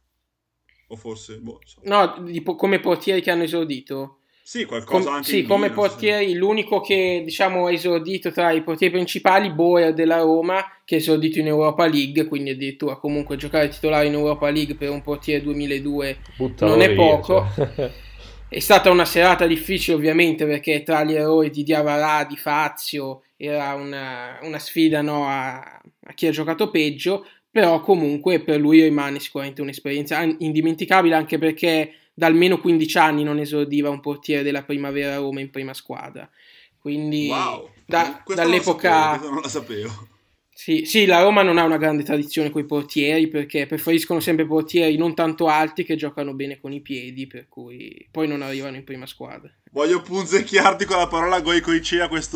S2: o forse, boh, insomma.
S1: No, di po- come portieri che hanno esordito?
S2: Sì, qualcosa
S1: Com-
S2: anche
S1: sì,
S2: in
S1: come
S2: B, non so se-
S1: portieri, l'unico che diciamo ha esordito tra i portieri principali, Boer della Roma, che è esordito in Europa League, quindi addirittura comunque giocare titolare in Europa League per un portiere duemiladue
S3: Buttalo
S1: non è
S3: via,
S1: poco.
S3: cioè.
S1: È stata una serata difficile ovviamente perché tra gli errori di Diawara, di Fazio, era una, una sfida no, a, a chi ha giocato peggio, però comunque per lui rimane sicuramente un'esperienza indimenticabile, anche perché da almeno quindici anni non esordiva un portiere della Primavera Roma in prima squadra, quindi
S2: wow,
S1: da,
S2: questo
S1: dall'epoca...
S2: non lo sapevo.
S1: Sì, sì, la Roma non ha una grande tradizione con i portieri, perché preferiscono sempre portieri non tanto alti che giocano bene con i piedi, per cui poi non arrivano in prima squadra.
S2: Voglio punzecchiarti con la parola Goicoechea a questo,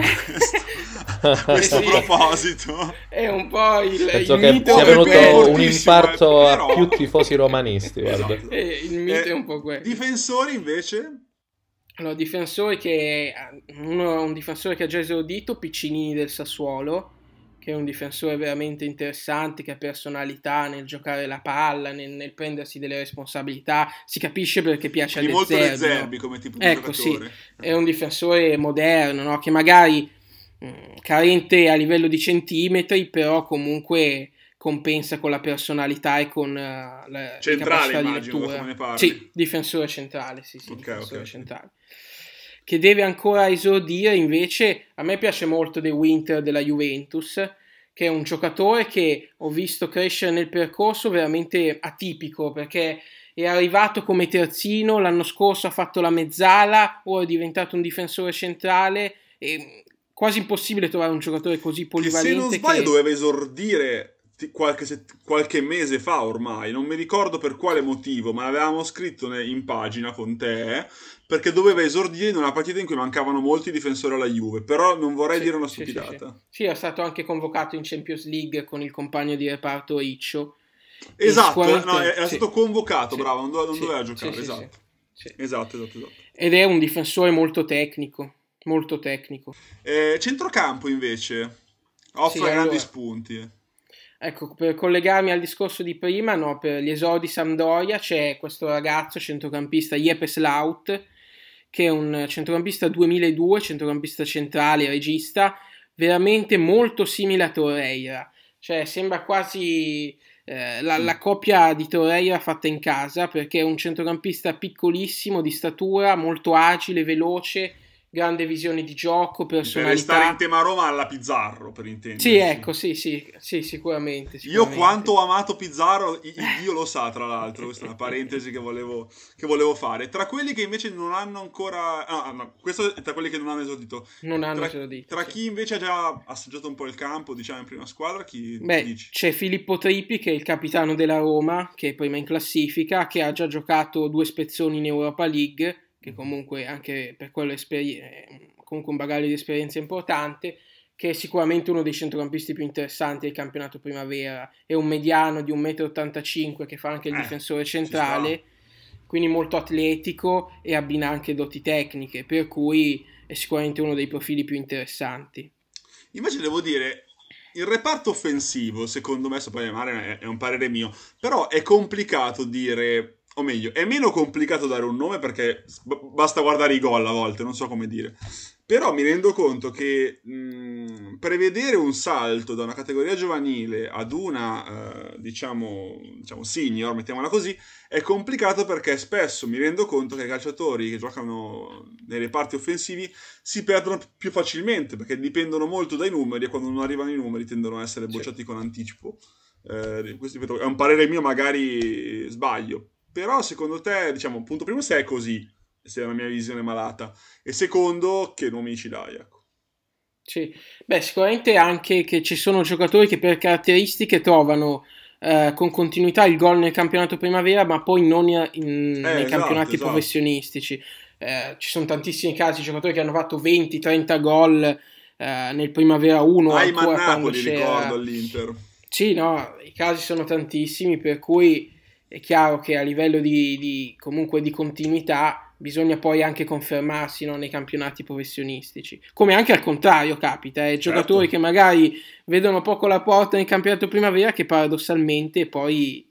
S2: questo, questo
S1: Eh sì,
S2: proposito.
S1: è un po' il,
S3: Penso
S1: il
S3: che
S1: mito
S3: sia
S1: è
S3: venuto
S1: quello.
S3: un infarto
S2: però...
S3: a più tifosi romanisti, guarda.
S2: Esatto.
S1: Eh, il mito
S2: Eh,
S1: è un po' quello.
S2: Difensori invece?
S1: Allora, difensore che uno, un difensore che ha già esordito, Piccinini del Sassuolo, che è un difensore veramente interessante, che ha personalità nel giocare la palla, nel, nel prendersi delle responsabilità, si capisce perché piace
S2: Quindi
S1: a
S2: molto
S1: De
S2: De
S1: Zerbi,
S2: Zerbi
S1: no?
S2: come tipo di
S1: Ecco,
S2: giocatore.
S1: sì, è un difensore moderno, no? Che magari mh, carente a livello di centimetri, però comunque compensa con la personalità e con uh, la
S2: Centrale,
S1: capacità di
S2: immagino, da
S1: lettura.
S2: come ne parli.
S1: Sì, difensore centrale, sì, sì,
S2: Ok,
S1: difensore
S2: ok.
S1: centrale. Che deve ancora esordire, invece, a me piace molto De Winter della Juventus, che è un giocatore che ho visto crescere nel percorso veramente atipico, perché è arrivato come terzino, l'anno scorso ha fatto la mezzala, ora è diventato un difensore centrale, e quasi impossibile trovare un giocatore così polivalente.
S2: Che se non sbaglio
S1: che...
S2: doveva esordire qualche, set- qualche mese fa ormai, non mi ricordo per quale motivo, ma l'avevamo scritto in pagina con te, perché doveva esordire in una partita in cui mancavano molti difensori alla Juve, però non vorrei
S1: sì,
S2: dire una
S1: sì,
S2: stupidata.
S1: sì, sì. Sì, è stato anche convocato in Champions League con il compagno di reparto Riccio.
S2: Esatto, no, era
S1: sì,
S2: stato convocato,
S1: sì,
S2: bravo, non, do- non
S1: sì,
S2: doveva
S1: sì,
S2: giocare,
S1: sì,
S2: esatto.
S1: sì, sì.
S2: Esatto, esatto, esatto.
S1: Ed è un difensore molto tecnico, molto tecnico.
S2: Eh, centrocampo invece, offre
S1: Sì,
S2: grandi
S1: allora,
S2: spunti.
S1: ecco, per collegarmi al discorso di prima, no, per gli esodi Sampdoria c'è questo ragazzo centrocampista Yepes Laut, che è un centrocampista duemiladue, centrocampista centrale, regista, veramente molto simile a Torreira, cioè sembra quasi eh, la, la coppia di Torreira fatta in casa, perché è un centrocampista piccolissimo, di statura, molto agile, veloce, grande visione di gioco,
S2: Per restare in
S1: personalità.
S2: tema Roma alla Pizzarro, per intenderci.
S1: Sì, ecco, sì, sì, sì, sicuramente,
S2: Io
S1: sicuramente.
S2: quanto ho amato Pizzarro, i- il Dio lo sa, tra l'altro, questa è una parentesi che volevo, che volevo fare. Tra quelli che invece non hanno ancora... No, no, questo è tra quelli che non hanno esordito.
S1: Non hanno
S2: Tra,
S1: esordito,
S2: tra
S1: sì.
S2: chi invece ha già assaggiato un po' il campo, diciamo, in prima squadra, chi, chi
S1: Beh,
S2: dici?
S1: c'è Filippo Trippi, che è il capitano della Roma, che è prima in classifica, che ha già giocato due spezzoni in Europa League, che comunque anche per quello esperi- è comunque un bagaglio di esperienza importante, che è sicuramente uno dei centrocampisti più interessanti del campionato primavera. È un mediano di uno e ottantacinque metri che fa anche il
S2: Eh,
S1: difensore
S2: ci
S1: centrale, quindi molto atletico e abbina anche doti tecniche, per cui è sicuramente uno dei profili più interessanti.
S2: Invece devo dire, il reparto offensivo, secondo me, so poi magari è un parere mio, però è complicato dire, o meglio, è meno complicato dare un nome perché b- basta guardare i gol a volte, non so come dire. Però mi rendo conto che mh, prevedere un salto da una categoria giovanile ad una, eh, diciamo, diciamo senior, mettiamola così, è complicato perché spesso mi rendo conto che i calciatori che giocano nei reparti offensivi si perdono più facilmente perché dipendono molto dai numeri e quando non arrivano i numeri tendono a essere bocciati sì. con anticipo. Eh, questo è un parere mio, magari sbaglio. Però secondo te, diciamo, punto primo, se è così, se è la mia visione malata, e secondo, che nomi ci dai, ecco.
S1: Sì, beh, sicuramente anche che ci sono giocatori che per caratteristiche trovano eh, con continuità il gol nel campionato primavera, ma poi non in, in, eh, nei esatto, campionati esatto. professionistici. Eh, ci sono tantissimi casi di giocatori che hanno fatto venti trenta gol eh, nel primavera uno.
S2: Ayman Napoli, ricordo, all'Inter.
S1: Sì, no, i casi sono tantissimi, per cui è chiaro che a livello di, di comunque di continuità bisogna poi anche confermarsi, no, nei campionati professionistici, come anche al contrario capita, eh, giocatori certo. che magari vedono poco la porta nel campionato primavera che paradossalmente poi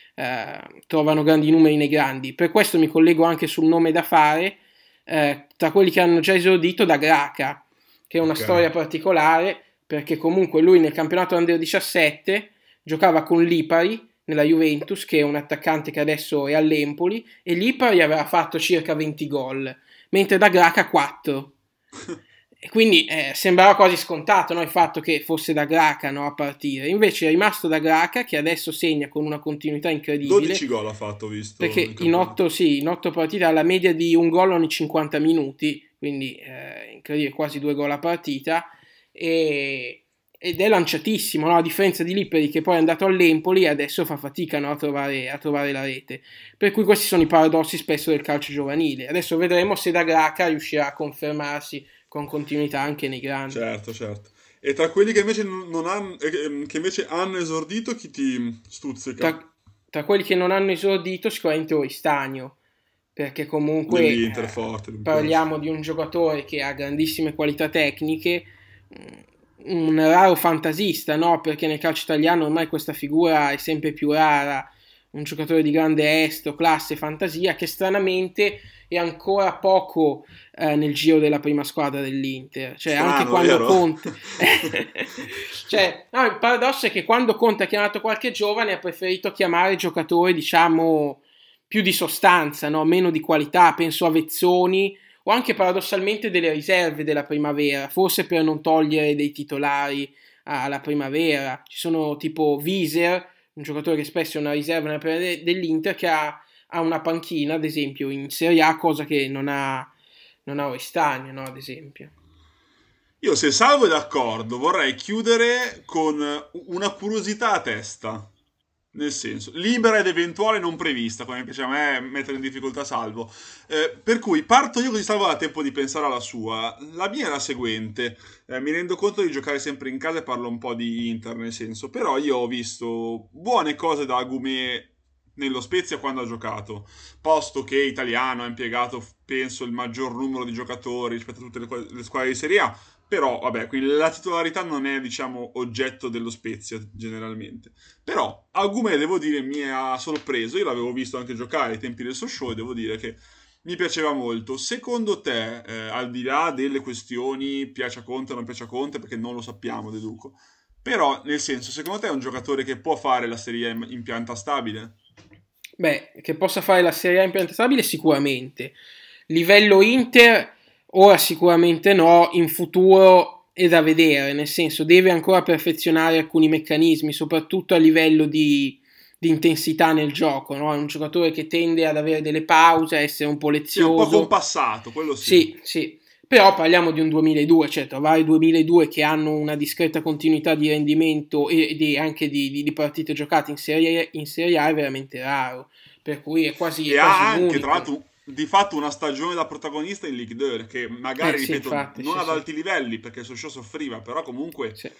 S1: eh, trovano grandi numeri nei grandi. Per questo mi collego anche sul nome da fare, eh, tra quelli che hanno già esordito, da Graca, che è una okay. storia particolare, perché comunque lui nel campionato under diciassette giocava con Lipari nella Juventus, che è un attaccante che adesso è all'Empoli, e Lipari aveva fatto circa venti gol, mentre da Graca quattro. e quindi eh, sembrava quasi scontato, no, il fatto che fosse da Graca, no, a partire. Invece è rimasto da Graca, che adesso segna con una continuità incredibile.
S2: dodici gol ha fatto, visto.
S1: Perché in otto, sì, in otto partite ha la media di un gol ogni cinquanta minuti, quindi eh, incredibile, quasi due gol a partita, e, ed è lanciatissimo, no? A differenza di Lipari, che poi è andato all'Empoli e adesso fa fatica, no, a, trovare, a trovare la rete. Per cui questi sono i paradossi spesso del calcio giovanile. Adesso vedremo se da Graca riuscirà a confermarsi con continuità anche nei grandi.
S2: Certo, certo. E tra quelli che invece non hanno, eh, che invece hanno esordito, chi ti stuzzica?
S1: Tra, tra quelli che non hanno esordito sicuramente Oristagno, perché comunque
S2: Dell'Inter,
S1: eh,
S2: forte,
S1: parliamo di un giocatore che ha grandissime qualità tecniche, un raro fantasista, no? Perché nel calcio italiano ormai questa figura è sempre più rara, un giocatore di grande estro, classe, fantasia, che stranamente è ancora poco eh, nel giro della prima squadra dell'Inter, cioè
S2: Strano,
S1: anche quando
S2: vero?
S1: Conte cioè, no, il paradosso è che quando Conte ha chiamato qualche giovane ha preferito chiamare giocatori, diciamo, più di sostanza, no? Meno di qualità, penso a Vezzoni o anche paradossalmente delle riserve della primavera, forse per non togliere dei titolari alla primavera. Ci sono tipo Wieser, un giocatore che spesso è una riserva nella primavera dell'Inter, che ha, ha una panchina, ad esempio, in Serie A, cosa che non ha, non ha Oristagno, no? Ad esempio.
S2: Io, se Salvo è d'accordo, vorrei chiudere con una curiosità a testa. Nel senso, libera ed eventuale non prevista, come piace a me mettere in difficoltà Salvo. Eh, per cui parto io, così Salvo ha tempo di pensare alla sua. La mia è la seguente. Eh, mi rendo conto di giocare sempre in casa e parlo un po' di Inter, nel senso. Però io ho visto buone cose da Agumé nello Spezia quando ha giocato. Posto che italiano ha impiegato, penso, il maggior numero di giocatori rispetto a tutte le, le squadre di Serie A. Però, vabbè, quindi la titolarità non è, diciamo, oggetto dello Spezia, generalmente. Però, Agumé, devo dire, mi ha sorpreso. Io l'avevo visto anche giocare ai tempi del Sochaux e devo dire che mi piaceva molto. Secondo te, eh, al di là delle questioni piace a Conte o non piace a Conte, perché non lo sappiamo, deduco. Però, nel senso, secondo te è un giocatore che può fare la Serie A in pianta stabile?
S1: Beh, che possa fare la Serie A in pianta stabile sicuramente. Livello Inter... Ora sicuramente no, in futuro è da vedere, nel senso deve ancora perfezionare alcuni meccanismi, soprattutto a livello di, di intensità nel gioco, no? È un giocatore che tende ad avere delle pause, a essere un po' lezioso.
S2: Sì, un po' compassato, quello sì.
S1: Sì, sì. Però parliamo di un duemiladue, cioè trovare duemiladue che hanno una discreta continuità di rendimento e, e anche di, di, di partite giocate in Serie, in Serie A è veramente raro, per cui è quasi,
S2: e
S1: è quasi
S2: ha anche,
S1: unico.
S2: tra l'altro, di fatto una stagione da protagonista in Ligue due, che magari,
S1: eh, sì,
S2: ripeto,
S1: infatti,
S2: non
S1: sì,
S2: ad
S1: sì.
S2: alti livelli, perché il Sochaux soffriva, però comunque
S1: Sì.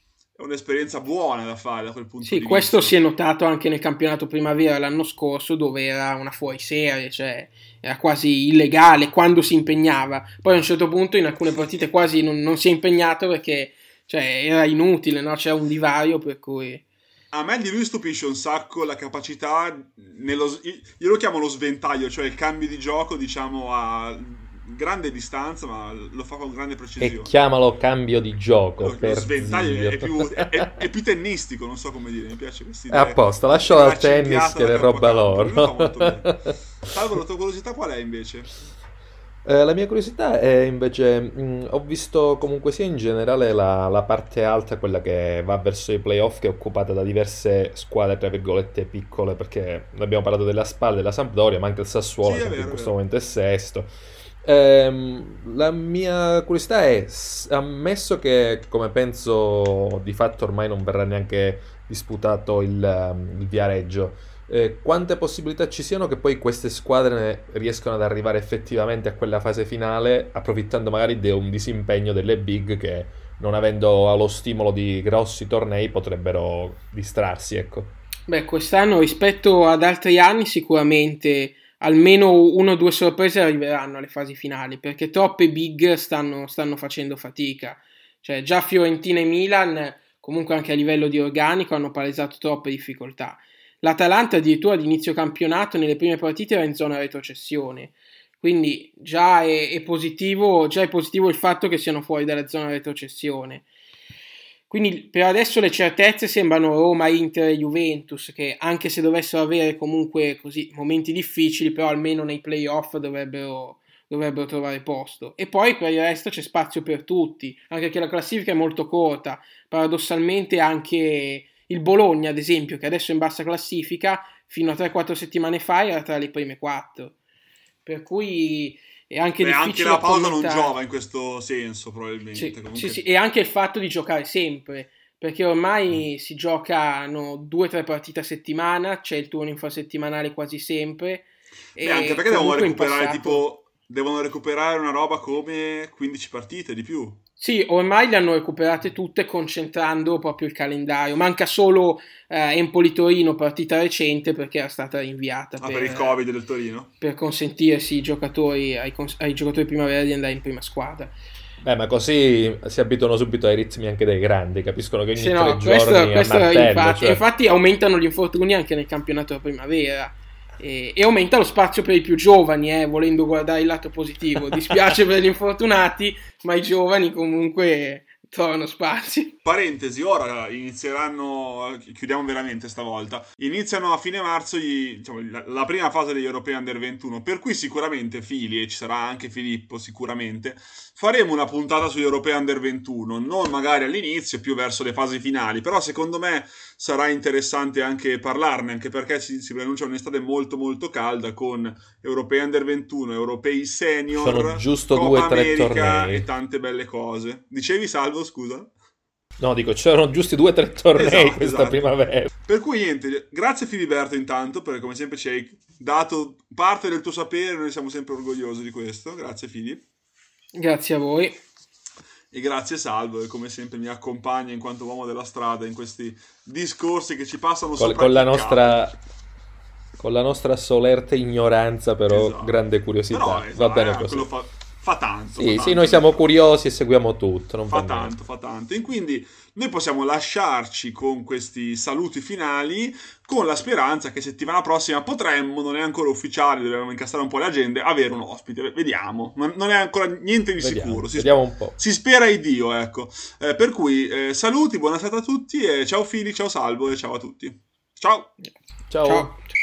S2: è un'esperienza buona da fare da quel punto
S1: Sì,
S2: di
S1: questo
S2: vista.
S1: si è notato anche nel campionato primavera l'anno scorso, dove era una fuoriserie, cioè era quasi illegale quando si impegnava. Poi a un certo punto in alcune partite quasi non, non si è impegnato perché cioè, era inutile, no? C'era un divario per cui...
S2: A me di lui stupisce un sacco la capacità, nello, io lo chiamo lo sventaglio, cioè il cambio di gioco, diciamo, a grande distanza, ma lo fa con grande precisione.
S3: E chiamalo cambio di gioco.
S2: Lo,
S3: per
S2: lo sventaglio
S3: zio.
S2: è più, è, è, è più tennistico, non so come dire, mi piace questa
S3: È
S2: idea.
S3: apposta, lascialo al tennis che è roba loro.
S2: Lui lo fa molto bene. Salvo, la tua curiosità qual è invece?
S3: Eh, la mia curiosità è invece, mh, ho visto comunque sia in generale la, la parte alta, quella che va verso i playoff, che è occupata da diverse squadre, tra virgolette, piccole, perché abbiamo parlato della Spal, della Sampdoria, ma anche il Sassuolo,
S2: Sì, è
S3: che
S2: vero,
S3: in
S2: è
S3: questo
S2: vero.
S3: momento è sesto. Ehm, la mia curiosità è, s- ammesso che, come penso, di fatto ormai non verrà neanche disputato il, um, il Viareggio, eh, quante possibilità ci siano che poi queste squadre riescano ad arrivare effettivamente a quella fase finale, approfittando magari di un disimpegno delle big che, non avendo lo stimolo di grossi tornei, potrebbero distrarsi, ecco.
S1: Beh, quest'anno rispetto ad altri anni sicuramente almeno uno o due sorprese arriveranno alle fasi finali, perché troppe big stanno, stanno facendo fatica. Cioè già Fiorentina e Milan, comunque anche a livello di organico, hanno palesato troppe difficoltà. L'Atalanta addirittura ad inizio campionato nelle prime partite era in zona retrocessione, quindi già è, è positivo, già è positivo il fatto che siano fuori dalla zona retrocessione. Quindi per adesso le certezze sembrano Roma, Inter e Juventus, che anche se dovessero avere comunque così momenti difficili, però almeno nei playoff dovrebbero, dovrebbero trovare posto. E poi per il resto c'è spazio per tutti, anche che la classifica è molto corta. Paradossalmente anche il Bologna, ad esempio, che adesso è in bassa classifica, fino a tre quattro settimane fa era tra le prime quattro. Per cui è anche
S2: Beh,
S1: difficile
S2: anche la pausa
S1: commentare.
S2: non giova in questo senso, probabilmente.
S1: Sì,
S2: Comunque...
S1: sì, sì, e anche il fatto di giocare sempre, perché ormai mm. si giocano due o tre partite a settimana, c'è il turno infrasettimanale quasi sempre.
S2: Beh, e anche perché devono recuperare passato... tipo devono recuperare una roba come quindici partite di più.
S1: Sì, ormai le hanno recuperate tutte concentrando proprio il calendario. Manca solo eh, Empoli-Torino, partita recente, perché era stata rinviata.
S2: Ah, per, per il Covid del Torino?
S1: Per consentirsi i giocatori, ai, ai giocatori primavera di andare in prima squadra.
S3: Beh, ma così si abituano subito ai ritmi anche dei grandi, capiscono che ogni
S1: sì,
S3: tre
S1: no,
S3: giorni
S1: questo, questo
S3: martello,
S1: infatti,
S3: cioè...
S1: infatti aumentano gli infortuni anche nel campionato della primavera. E, e aumenta lo spazio per i più giovani, eh, volendo guardare il lato positivo. Dispiace per gli infortunati, ma i giovani comunque trovano spazio.
S2: Parentesi, ora inizieranno, chiudiamo veramente stavolta, iniziano a fine marzo gli, diciamo, la, la prima fase degli Europei Under ventuno, per cui sicuramente Fili, e ci sarà anche Filippo sicuramente, faremo una puntata sugli Europei Under ventuno, non magari all'inizio, più verso le fasi finali, però secondo me sarà interessante anche parlarne, anche perché si, si preannuncia un'estate molto molto calda con Europei Under ventuno, Europei Senior,
S3: sono giusto
S2: Copa
S3: due o tre
S2: America
S3: tornei
S2: e tante belle cose. Dicevi, Salvo, scusa?
S3: No, dico, c'erano giusti due o tre tornei
S2: esatto,
S3: questa
S2: esatto.
S3: primavera.
S2: Per cui niente, grazie Filiberto intanto, perché come sempre ci hai dato parte del tuo sapere, noi siamo sempre orgogliosi di questo. Grazie Fili.
S1: Grazie a voi.
S2: E grazie Salvo, che come sempre mi accompagna in quanto uomo della strada in questi discorsi che ci passano
S3: con,
S2: sopra
S3: con la nostra con la nostra solerte ignoranza, però
S2: esatto.
S3: grande curiosità.
S2: Però, esatto,
S3: va bene
S2: eh,
S3: così.
S2: Fa, fa tanto.
S3: Sì,
S2: fa
S3: sì,
S2: tanto.
S3: noi siamo curiosi e seguiamo tutto. Non
S2: fa tanto, fa tanto. E quindi noi possiamo lasciarci con questi saluti finali, con la speranza che settimana prossima potremmo, non è ancora ufficiale, dobbiamo incastrare un po' le agende, avere un ospite. Vediamo, non è ancora niente di
S3: vediamo,
S2: sicuro. Si
S3: vediamo
S2: spera,
S3: un po'.
S2: Si spera in Dio, ecco. Eh, per cui eh, saluti, buona serata a tutti e ciao Fili, ciao Salvo e ciao a tutti. Ciao.
S3: Ciao.
S1: Ciao.